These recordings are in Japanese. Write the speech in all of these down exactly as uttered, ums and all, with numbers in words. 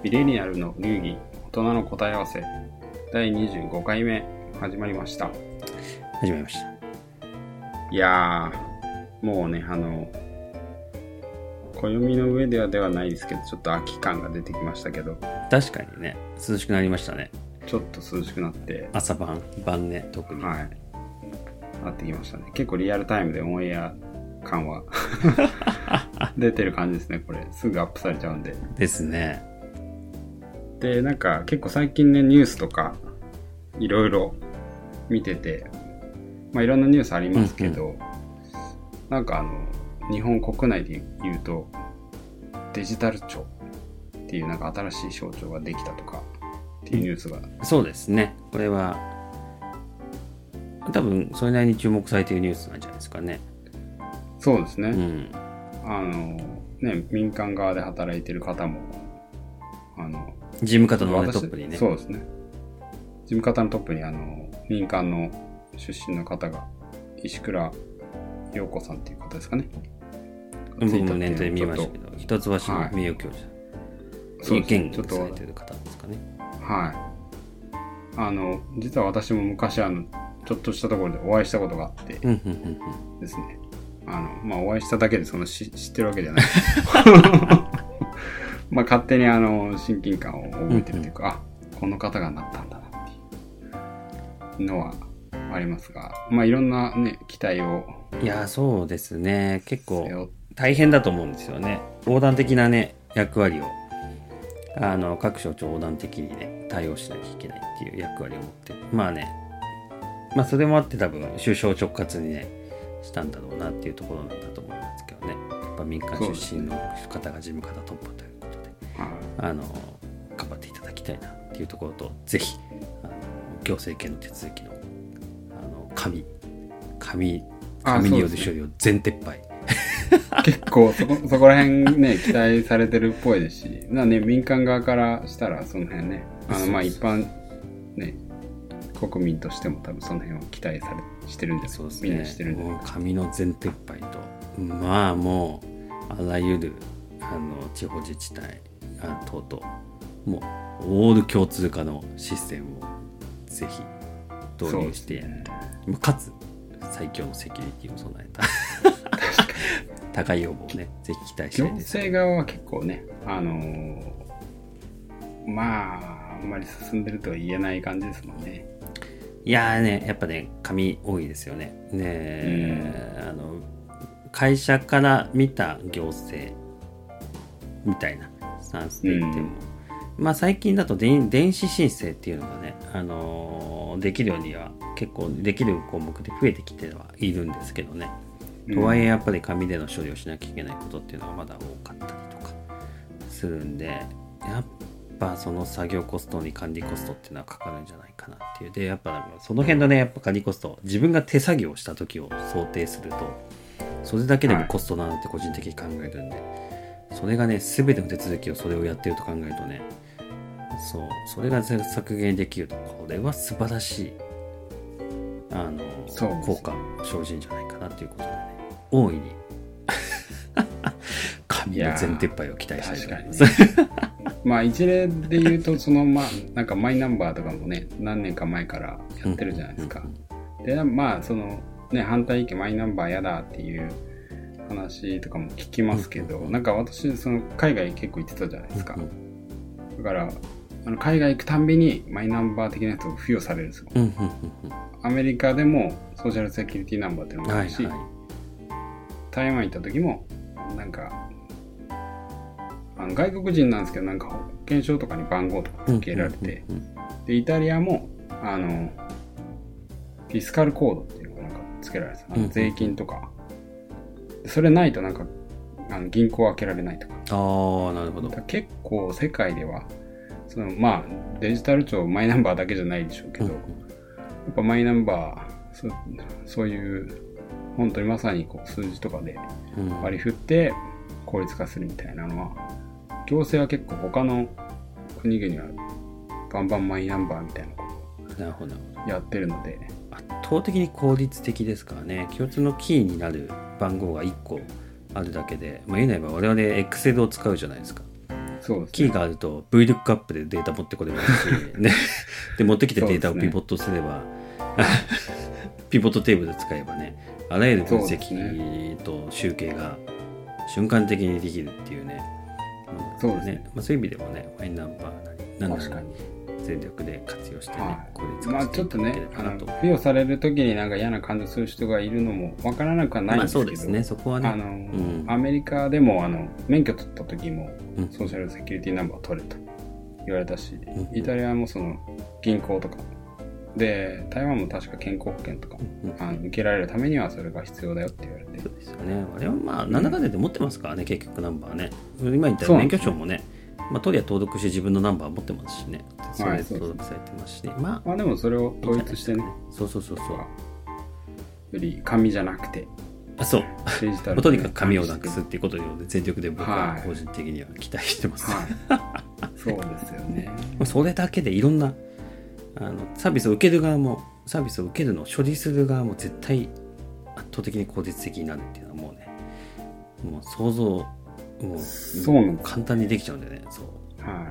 ミレニアルの流儀、大人の答え合わせだいにじゅうごかいめ始まりました。 始まりました。 いやー、もうね、あの暦の上ではではないですけど、ちょっと秋感が出てきましたけど、 確かにね、涼しくなりましたね。 ちょっと涼しくなって、 朝晩晩ね、特にはいなってきましたね。結構リアルタイムでオンエア感は出てる感じですね。これすぐアップされちゃうんでですね。 で、なんか結構最近ね、ニュースとかいろいろ見てて、まあいろんなニュースありますけど、うんうん、なんかあの日本国内で言うとデジタル庁っていうなんか新しい省庁ができたとかっていうニュースが、 うん、そうですね。これは多分それなりに注目されているニュースなんじゃないですかね。 そうですね、 うん、 あのね、民間側で働いてる方もあの事務方の、ね、トップにね。 そうですね。事務方のトップにあの民間の出身の方が石倉陽子さんっていう方ですかね。 僕もネットで見ましたけど、一橋の名誉教授、はい、現役されてる方ですかね。 はい。あの実は私も昔あのちょっとしたところでお会いしたことがあってですね。あのまあお会いしただけでその知ってるわけじゃない。まあ勝手にあの親近感を覚えてるというか、うんうん、あこの方がなったんだなっていうのはありますが、まあいろんなね期待を。 いやそうですね。結構大変だと思うんですよね。横断的なね役割をあの各省庁横断的にね対応しなきゃいけないっていう役割を持ってまあねまあそれもあって多分首相直轄にねしたんだろうなっていうところなんだと思いますけどね。やっぱ民間出身の方が事務方トップということで、あの頑張っていただきたいなっていうところと、ぜひあの行政権の手続きのあの紙紙紙による処理を全撤廃。 結構そこそこら辺ね期待されてるっぽいですし、なね民間側からしたらその辺ね、あのまあ一般ね国民としても多分その辺を期待されしてるんじゃないですか。みんなしてるんじゃないですか。 紙の全撤廃と、まあもうあらゆるあの地方自治体あ等々もうオール共通化のシステムをぜひ導入してやる、ね、かつ最強のセキュリティを備えた高い要望をねぜひ期待したいです。 行政側は結構ねあのー、まああんまり進んでるとは言えない感じですもんね。 いやーねやっぱね紙多いですよね。ね、うん、あの会社から見た行政みたいなスタンスで言っても、うん、まあ最近だと電子申請っていうのがね、あのー、できるようには結構できる項目で増えてきてはいるんですけどね、うん、とはいえやっぱり紙での処理をしなきゃいけないことっていうのがまだ多かったりとかするんで、やっぱその作業コストに管理コストっていうのはかかるんじゃないかなっていう。でやっぱその辺のねやっぱ管理コスト、自分が手作業した時を想定するとそれだけでもコストだなって個人的に考えるんで、はい、それがね全ての手続きをそれをやってると考えるとね、そうそれが削減できるとこれは素晴らしいあの効果生じるんじゃないかなっていうことでね、大いに紙の全撤廃を期待したいと思います。 まあ一例で言うとそのまあなんかマイナンバーとかもね何年か前からやってるじゃないですか。でまあそのね反対意見マイナンバーやだっていう話とかも聞きますけど、なんか私その海外結構行ってたじゃないですか。だからあの海外行くたんびにマイナンバー的なやつを付与されるんですよ。アメリカでもソーシャルセキュリティナンバーっていうのもあるし、はいはい、台湾行った時もなんかあの外国人なんですけどなんか保険証とかに番号とか付けられて、でイタリアもあのフィスカルコードっていうのがなんか付けられてた、あの税金とか、それないとなんかあの銀行開けられないとか。 ああなるほど。 結構世界ではそのまあデジタル庁マイナンバーだけじゃないでしょうけど、うん、やっぱマイナンバー そ, そういう本当にまさにこう数字とかで割り振って効率化するみたいなのは、行政は結構他の国々はバンバンマイナンバーみたいなことをやってるので、 圧倒的に効率的ですからね。共通のキーになる番号がいっこあるだけで、まあ、言うなれば我々 Excel を使うじゃないですか。 そうですね、 キーがあると ブイルックアップでデータ持ってこれますし、ね、で持ってきたデータをピボットすれば、ね、ピボットテーブル使えばね、あらゆる分析と集計が瞬間的にできるっていうね。 そうですね。 まあ、そういう意味でもね、マイナンバーなり何なり全力で活用してね、 はい、 効率まあちょっとね、あの付与されるときになんか嫌な感じする人がいるのもわからなくはないんですけど、まあ、そうですね、 そこはね、 あの、うん、アメリカでもあの免許取った時も、うん、ソーシャルセキュリティナンバーを取れと言われたし、うん、イタリアもその銀行とかで、台湾も確か健康保険とか、うん、あの受けられるためにはそれが必要だよって言われて、 そうですよね。あれはまあなんだかんだで持ってますからね、結局ナンバーね。今言った免許証もね、まあ、取りは登録して自分のナンバー持ってますしね、それで登録されてますし、ね、はい、まあ、 まあでもそれを統一してね、 そうそうそうそう、 より紙じゃなくて、 あ、そう、デジタルでとにかく紙をなくすっていうことで全力で僕は個人的には期待してます、 はいはい、そうですよね。 それだけでいろんなあのサービスを受ける側もサービスを受けるのを処理する側も絶対圧倒的に効率的になるっていうのはもうね、もう想像もうそうなん簡単にできちゃうんでね。そう、 はい、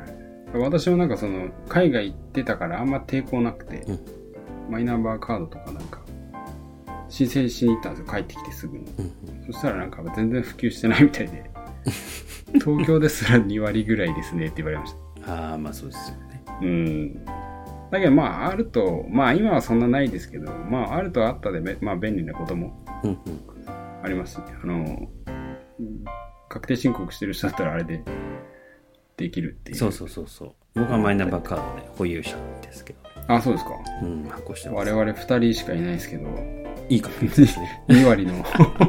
私もなんかその海外行ってたからあんま抵抗なくて、うん、マイナンバーカードとかなんか申請しに行ったんですよ、帰ってきてすぐに、うんうん、そしたらなんか全然普及してないみたいで東京ですらに割ぐらいですねって言われました。 ああ、まあそうですよね。 うん。だけどまああると、まあ今はそんなないですけど、まああるとあったで、まあ便利なこともありますし、あの確定申告してる人だったらあれでできるっていう。 そうそうそうそう。僕はマイナンバーカードね、保有者ですけど、ね。 あ、そうですか。 うん、発行してます。 我々ふたりしかいないですけど、 いいかもですね。 に割の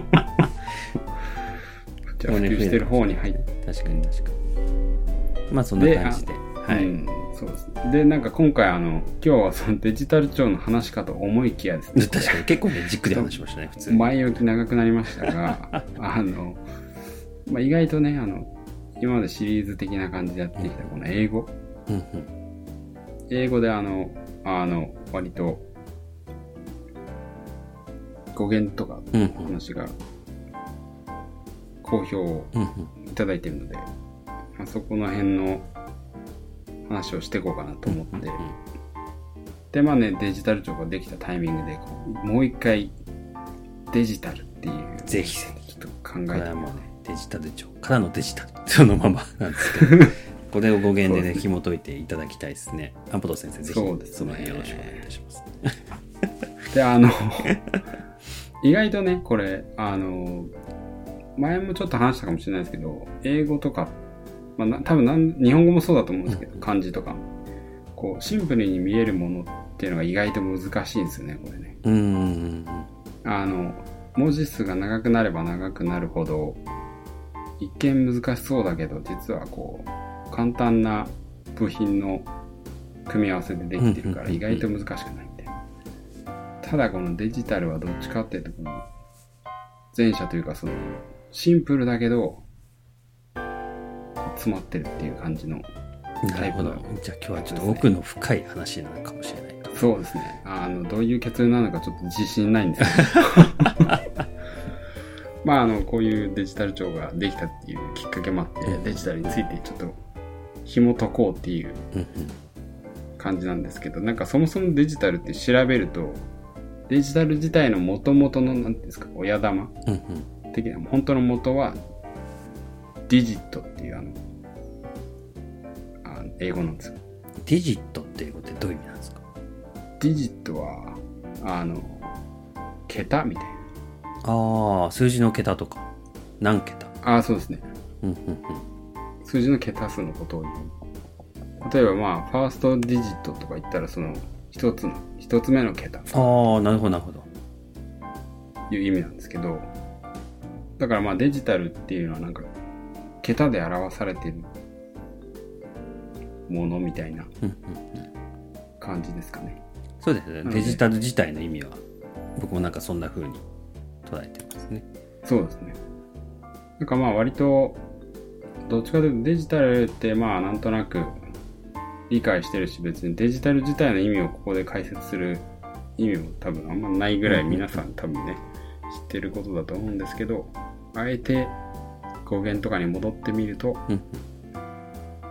じゃあ普及してる方に入って。 確かに確かに。まあそんな感じで。はい、うん、 そうですね。で、なんか今回あの今日はそのデジタル庁の話かと思いきやですね。 確かに結構ねじっくり話しましたね、普通に。 前置き長くなりましたが、あの。まあ、意外とね、あの今までシリーズ的な感じでやってきたこの英語、うんうん、英語であのあの割と語源とか話が好評をいただいているので、まあ、そこの辺の話をしていこうかなと思って、うんうん、でまあね、デジタル庁ができたタイミングでもう一回デジタルっていうぜひぜひちょっと考えてもね、 デジタル庁からのデジタルそのままなんですけどこれを語源でね紐解いていただきたいですね。安保先生ぜひその辺よろしくお願いいたしますで、あの意外とねこれあの前もちょっと話したかもしれないですけど、英語とか、まあ、多分なん日本語もそうだと思うんですけど、漢字とかこうシンプルに見えるものっていうのが意外と難しいんですよね、これね。 うんうんうん、 あの文字数が長くなれば長くなるほど一見難しそうだけど、実はこう簡単な部品の組み合わせでできてるから意外と難しくないんで、ただこのデジタルはどっちかっていうとこの前者というか、そのシンプルだけど詰まってるっていう感じのタイプの。 なるほど。じゃあ今日はちょっと奥の深い話なのかもしれない。 そうですね。あのどういう結論なのかちょっと自信ないんですけどまああのこういうデジタル庁ができたっていうきっかけもあって、うん、デジタルについてちょっと紐解こうっていう感じなんですけど、なんかそもそもデジタルって調べるとデジタル自体の元々のなんていうんですか、親玉的な本当の元はディジットっていうあのあの英語なんですよ。 ディジットって英語ってどういう意味なんですか？ ディジットはあの桁みたいな。 ああ、数字の桁とか何桁。 ああ、そうですね、 うんうんうん、 数字の桁数のことを言う。例えばまあファーストディジットとか言ったらその一つの一つ目の桁。 ああ、なるほどなるほど。 いう意味なんですけど、だからまあデジタルっていうのはなんか桁で表されてるものみたいな感じですかね。 そうですね。デジタル自体の意味は僕もなんかそんな風に捉えてますね。 そうですね。なんかまあ割とどっちかというとデジタルってまあなんとなく理解してるし、別にデジタル自体の意味をここで解説する意味も多分あんまないぐらい皆さん多分ね知ってることだと思うんですけど、あえて語源とかに戻ってみると、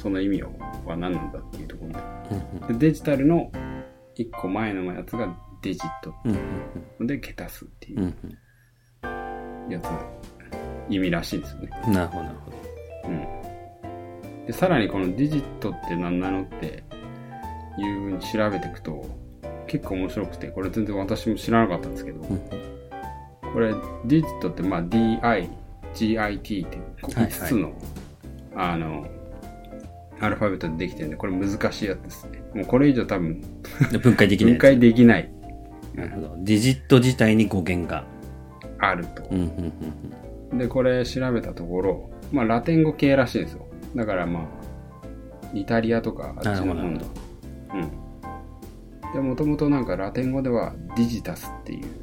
その意味は何なんだっていうところで、 うんうん、 でデジタルのいっこまえのやつがデジットうんうんで桁数っていうんうやつ、意味らしいですよね。 うん、なるほどなるほど。 うん、でさらにこのデジットって何なのっていう風に調べていくと結構面白くて、これ全然私も知らなかったんですけど、 うん、 これデジットってまあ ディーアイジーアイティー っていつつの、はいはい、あのアルファベットでできてるんで、これ難しいやつですね。もうこれ以上多分分解できない。 分解できない。 なるほど。デジット自体に語源があると。 うんうんうんうん、でこれ調べたところ、まあラテン語系らしいんですよ。だからまあイタリアとかあっちの方の。うん。でもともとなんかラテン語ではディジタスっていう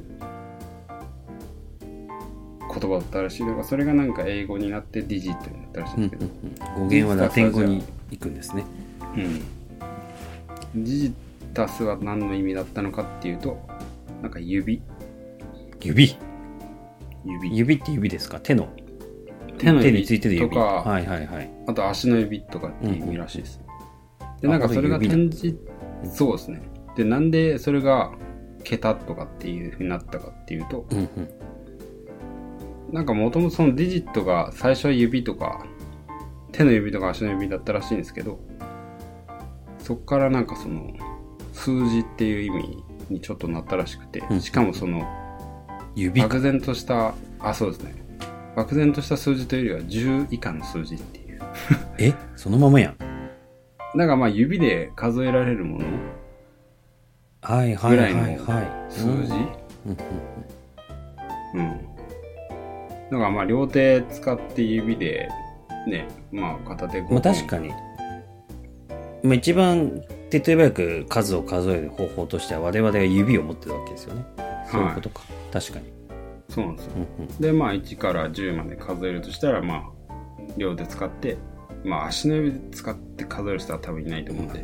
言葉だったらしいのが、それがなんか英語になってディジットになったらしいんですけど、 うんうんうん、語源はラテン語に行くんですね。 うん。ディジタスは何の意味だったのかっていうと、なんか指指指指って指ですか？手の手の指手についてる指とか、 はいはいはい、 あと足の指とかっていう意味らしいです、うん、でなんかそれが展示、そうですね。でなんでそれが桁とかっていう風になったかっていうと、 うんうん、 なんかもともとそのディジットが最初は指とか手の指とか足の指だったらしいんですけど、そこからなんかその数字っていう意味にちょっとなったらしくて、うん、しかもその指漠然としたあそうですね漠然とした数字というよりはじゅう以下の数字っていうえそのままやん。 なんかまあ指で数えられるものはいはいはいはい数字、うん、だからまあ両手使って指でね、まあ片手ごほん、 まあ、確かに、まあ、一番手っ取り早く数を数える方法としては我々は指を持ってるわけですよね。そういうことか、はい、確かにそうなんですよ、 うんうん、でまあいちからじゅうまで数えるとしたらまあ両手使ってまあ足の指で使って数える人は多分いないと思うんでだ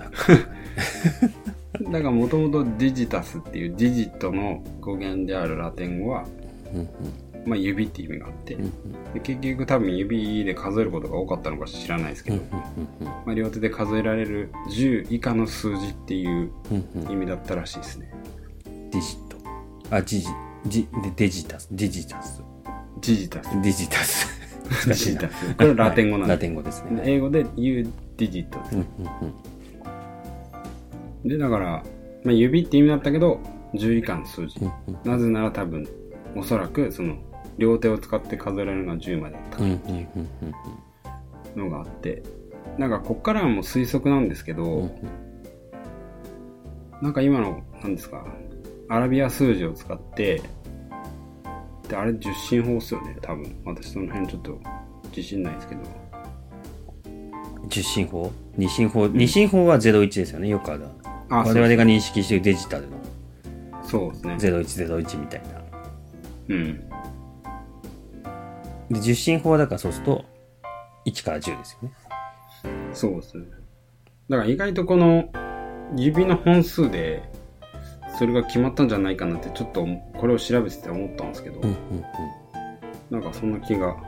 からもともとディジタスっていうディジットの語源であるラテン語は、うんうん、まあ指っていう意味があって、うんうん、で結局多分指で数えることが多かったのか知らないですけど、うんうんうんまあ、両手で数えられるじゅう以下の数字っていう意味だったらしいですね、 うんうん、ディジットあジジジデジタスデジタスデジタスデジタスデジタスこれラテン語なんで、 はい、ラテン語ですね。 英語で言うディジットです、ねうんうんうん、でだから、まあ、指って意味だったけどじゅう以下の数字、うんうん、なぜなら多分おそらくその両手を使って数えられるのがじゅうまでだったのがあってなんかこっからはもう推測なんですけど、うんうん、なんか今の何ですかアラビア数字を使ってであれ十進法っすよね多分。私その辺ちょっと自信ないですけど十進法二進法、うん、二進法はゼロイチですよね。よくあるあ我々が認識しているデジタルのそうですねゼロイチゼロイチみたいな。 うんで十進法はだからそうするといちからじゅうですよね。 そうですね。だから意外とこの指の本数でそれが決まったんじゃないかなってちょっとこれを調べてて思ったんですけど、うんうんうん、なんかそんな気が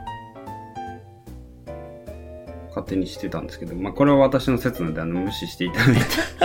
勝手にしてたんですけど、まあこれは私の説なんであの無視していただいて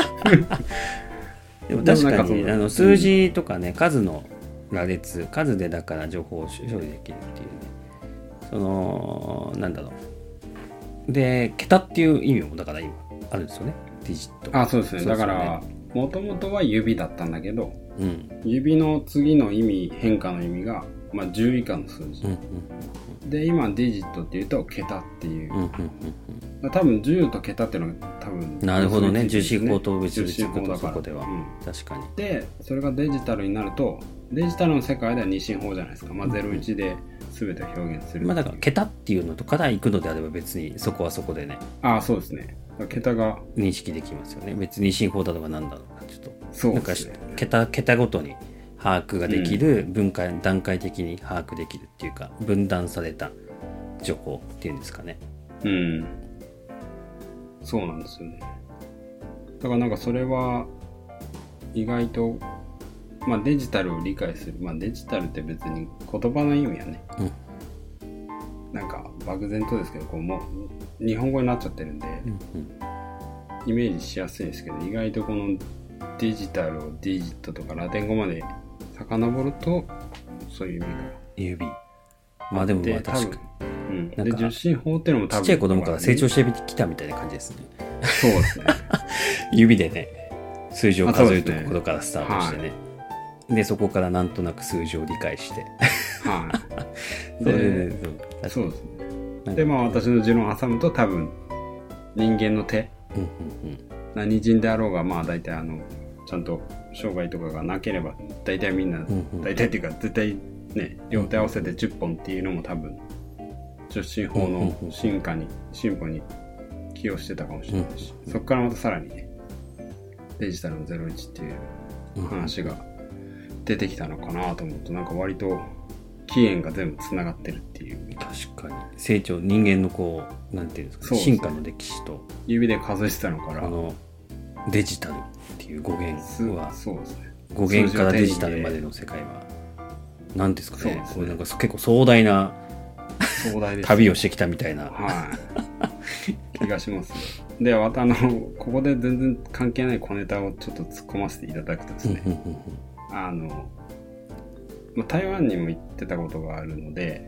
でも確かにあの数字とかね、うん、数の羅列数でだから情報を処理できるっていうね、そのなんだろうで桁っていう意味もだから今あるんですよねディジット。 あそうですね。だからもともとは指だったんだけど、 うん、 指の次の意味変化の意味が、まあ、じゅう以下の数字、うんうんうん、で今ディジットっていうと桁っていう、うんうんうん、多分じゅうと桁っていうのが多分なるほどね。十進法と結びつくとそこでは、うん、確かに。 でそれがデジタルになるとデジタルの世界では二進法じゃないですか、まあ、ゼロイチで全てを表現する、 まあ、だから桁っていうのとから行くのであれば別にそこはそこでねああそうですね桁が認識できますよね。別に二進法だとか何だろうかちょっとそうですね。 なんか桁桁ごとに把握ができる、うん、分解段階的に把握できるっていうか分断された情報っていうんですかね。 うんそうなんですよね。だからなんかそれは意外とまあデジタルを理解するまあデジタルって別に言葉の意味はね、うん、なんか漠然とですけどこうもう日本語になっちゃってるんで、うんうん、イメージしやすいですけど、意外とこのデジタルをディジットとかラテン語まで遡るとそういう意味が指まあでもまあ確かに、 うん、で受信法っていうのも多分ちっちゃい子供から成長してきたみたいな感じですね。 そうですね指でね数字を数えるところからスタートしてね、で、ねはい、そこからなんとなく数字を理解してはいでそうですね。でまあ私の持論を挟むと多分人間の手、うんうんうん、何人であろうがまあ大体あのちゃんと障害とかがなければ大体みんな、うんうん、大体っていうか絶対ね両手合わせてじゅっぽんっていうのも多分受信法の進化に進歩に寄与してたかもしれないし、うんうん、そこからまたさらにねデジタルのゼロイチっていう話が出てきたのかなと思うと、なんか割と起源が全部つながってるっていう。 確かに成長人間のこうなんていうんですか、進化の歴史と指で数えてたのからこのデジタルっていう語源はそうですね。 語源からデジタルまでの世界は何ですかね。これなんか結構壮大な壮大です、ね、 旅をしてきたみたいな、 はい、気がしますね。ではあのここで全然関係ない小ネタをちょっと突っ込ませていただくとですねあの台湾にも行ってたことがあるので、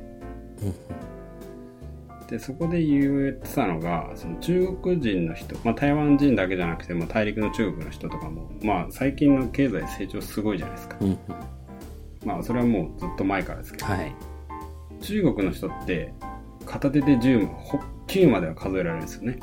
でそこで言ってたのがその中国人の人、まあ、台湾人だけじゃなくて、まあ、大陸の中国の人とかも、まあ、最近の経済成長すごいじゃないですか、うん、まあそれはもうずっと前からですけど、はい、中国の人って片手でじゅう、きゅうまでは数えられるんですよね、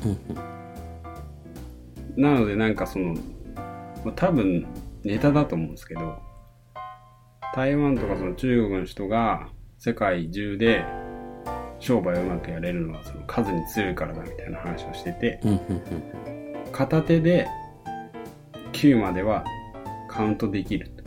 うん、なのでなんかその、まあ、多分ネタだと思うんですけど、台湾とかその中国の人が世界中で商売をうまくやれるのはその数に強いからだみたいな話をしてて、片手できゅうまではカウントできると、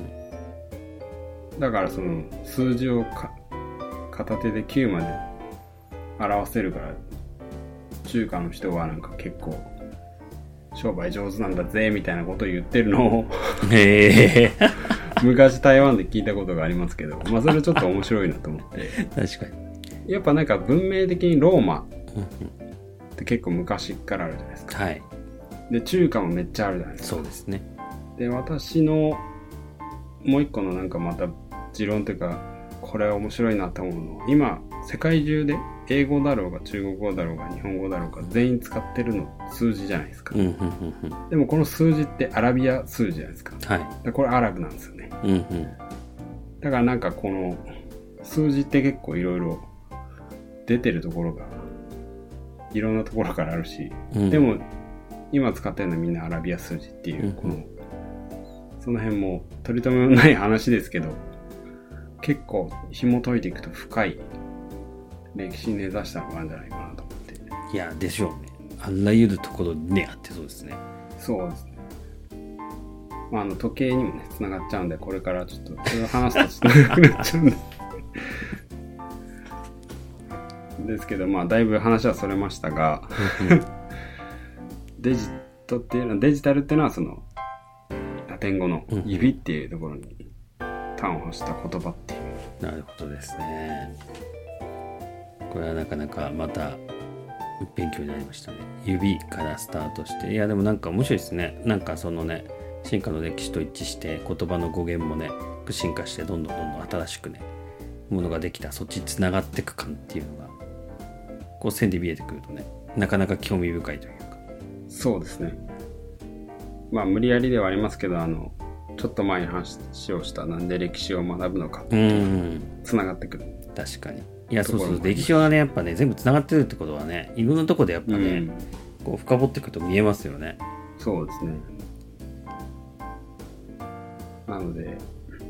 だからその数字をか片手できゅうまで表せるから中華の人はなんか結構商売上手なんだぜみたいなことを言ってるのをへー昔台湾で聞いたことがありますけど、まあそれちょっと面白いなと思って確かにやっぱなんか文明的にローマって結構昔からあるじゃないですか、はい、で中華もめっちゃあるじゃないですか。 そうですね。 で私のもう一個のなんかまた持論というかこれは面白いなと思うのは、今世界中で英語だろうが中国語だろうが日本語だろうが全員使ってるの数字じゃないですか、うんうんうんうん、でもこの数字ってアラビア数字じゃないですか、はい、でこれアラブなんですよね、うんうん、だからなんかこの数字って結構いろいろ出てるところがいろんなところからあるし、うん、でも今使ってるのはみんなアラビア数字っていう、うん、このその辺も取り留めのない話ですけど結構紐解いていくと深い歴史に根ざしたのがあるんじゃないかなと思って。 いやでしょうね。あらゆるところにねあってそうですね。 そうですね。まああの時計にもね繋がっちゃうんでこれからちょっとそれを話すと繋がなくなっちゃうんでですけどまあだいぶ話はそれましたがデジトっていうのはデジタルっていうのはそのラテン語の指っていうところに端を発した言葉っていう。 なるほどですね。これはなかなかまた勉強になりましたね。指からスタートして、いやでもなんか面白いですね。なんかそのね進化の歴史と一致して言葉の語源もね進化してどんどんどんどん新しくねものができた、そっちに繋がっていく感っていうのがこう線で見えてくるとねなかなか興味深いというか。 そうですね。まあ無理やりではありますけど、あのちょっと前に話をしたなんで歴史を学ぶのかって繋がってくる。 確かに。いやそうそう歴史はねやっぱね全部繋がってるってことはねいろんなとこでやっぱね、うん、こう深掘っていくと見えますよね。 そうですね。なので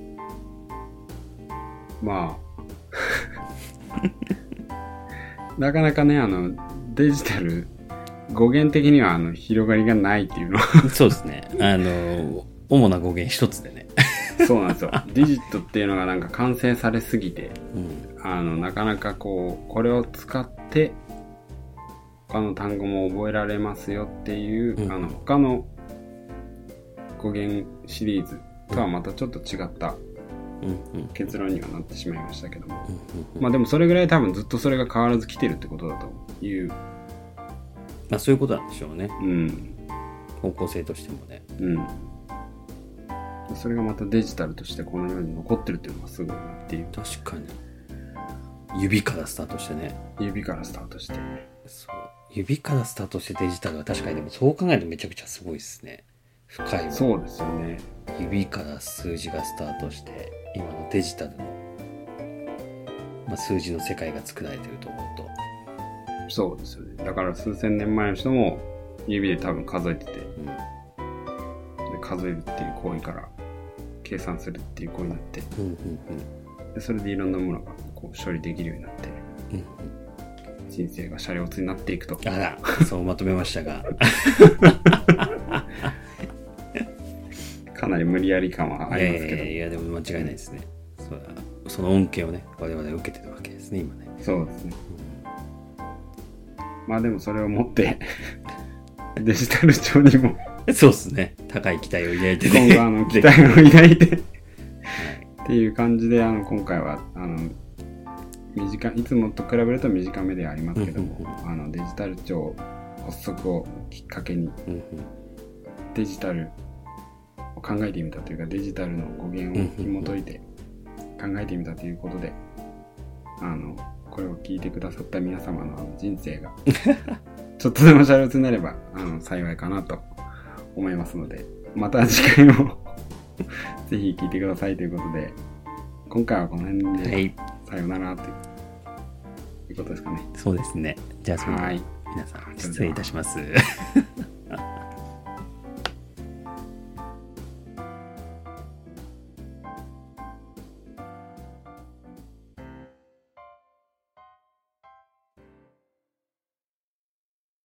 まあなかなかねあのデジタル語源的にはあの広がりがないっていうのそうですね。あの主な語源一つでねそうなんですよ。デジットっていうのがなんか完成されすぎて、うん、あのなかなかこうこれを使って他の単語も覚えられますよっていう、うん、あの他の語源シリーズとはまたちょっと違った結論にはなってしまいましたけども、まあでもそれぐらい多分ずっとそれが変わらず来てるってことだという、 まあそういうことなんでしょうね。 うん、 方向性としてもね。 うん。それがまたデジタルとしてこの世に残ってるっていうのがすごいなっていう。 確かに。指からスタートしてね。 指からスタートして。 そう。指からスタートしてデジタルは確かにでもそう考えるとめちゃくちゃすごいですね。深いわ。 そうですよね。 指から数字がスタートして今のデジタルの、まあ、数字の世界が作られてると思うと。 そうですよね。だから数千年前の人も指で多分数えてて、うん、で数えるっていう行為から計算するっていう行為になって、うんうんうん、でそれでいろんなものがこう処理できるようになって、うんうん、人生がシャレオツになっていくと。 あら、そうまとめましたがかなり無理やり感はありますけど、 えー、いやでも間違いないですね。そ, その恩恵をね我々受けてるわけですね今ね。 そうですね、うん、まあでもそれを持ってデジタル庁にもそうですね、高い期待を抱いてね、 今後あの期待を抱いてっていう感じで、あの今回はあの短いつもと比べると短めではありますけども、うんうんうん、あのデジタル庁発足をきっかけに、うんうん、デジタルを考えてみたというか、デジタルの語源を紐解いて考えてみたということで、あのこれを聞いてくださった皆様の人生がちょっとでもシャレオツになればあの幸いかなと思いますので、また次回もぜひ聞いてくださいということで、今回はこの辺でさようならということですかね。 そうですね。じゃあそれでは皆さん失礼いたします。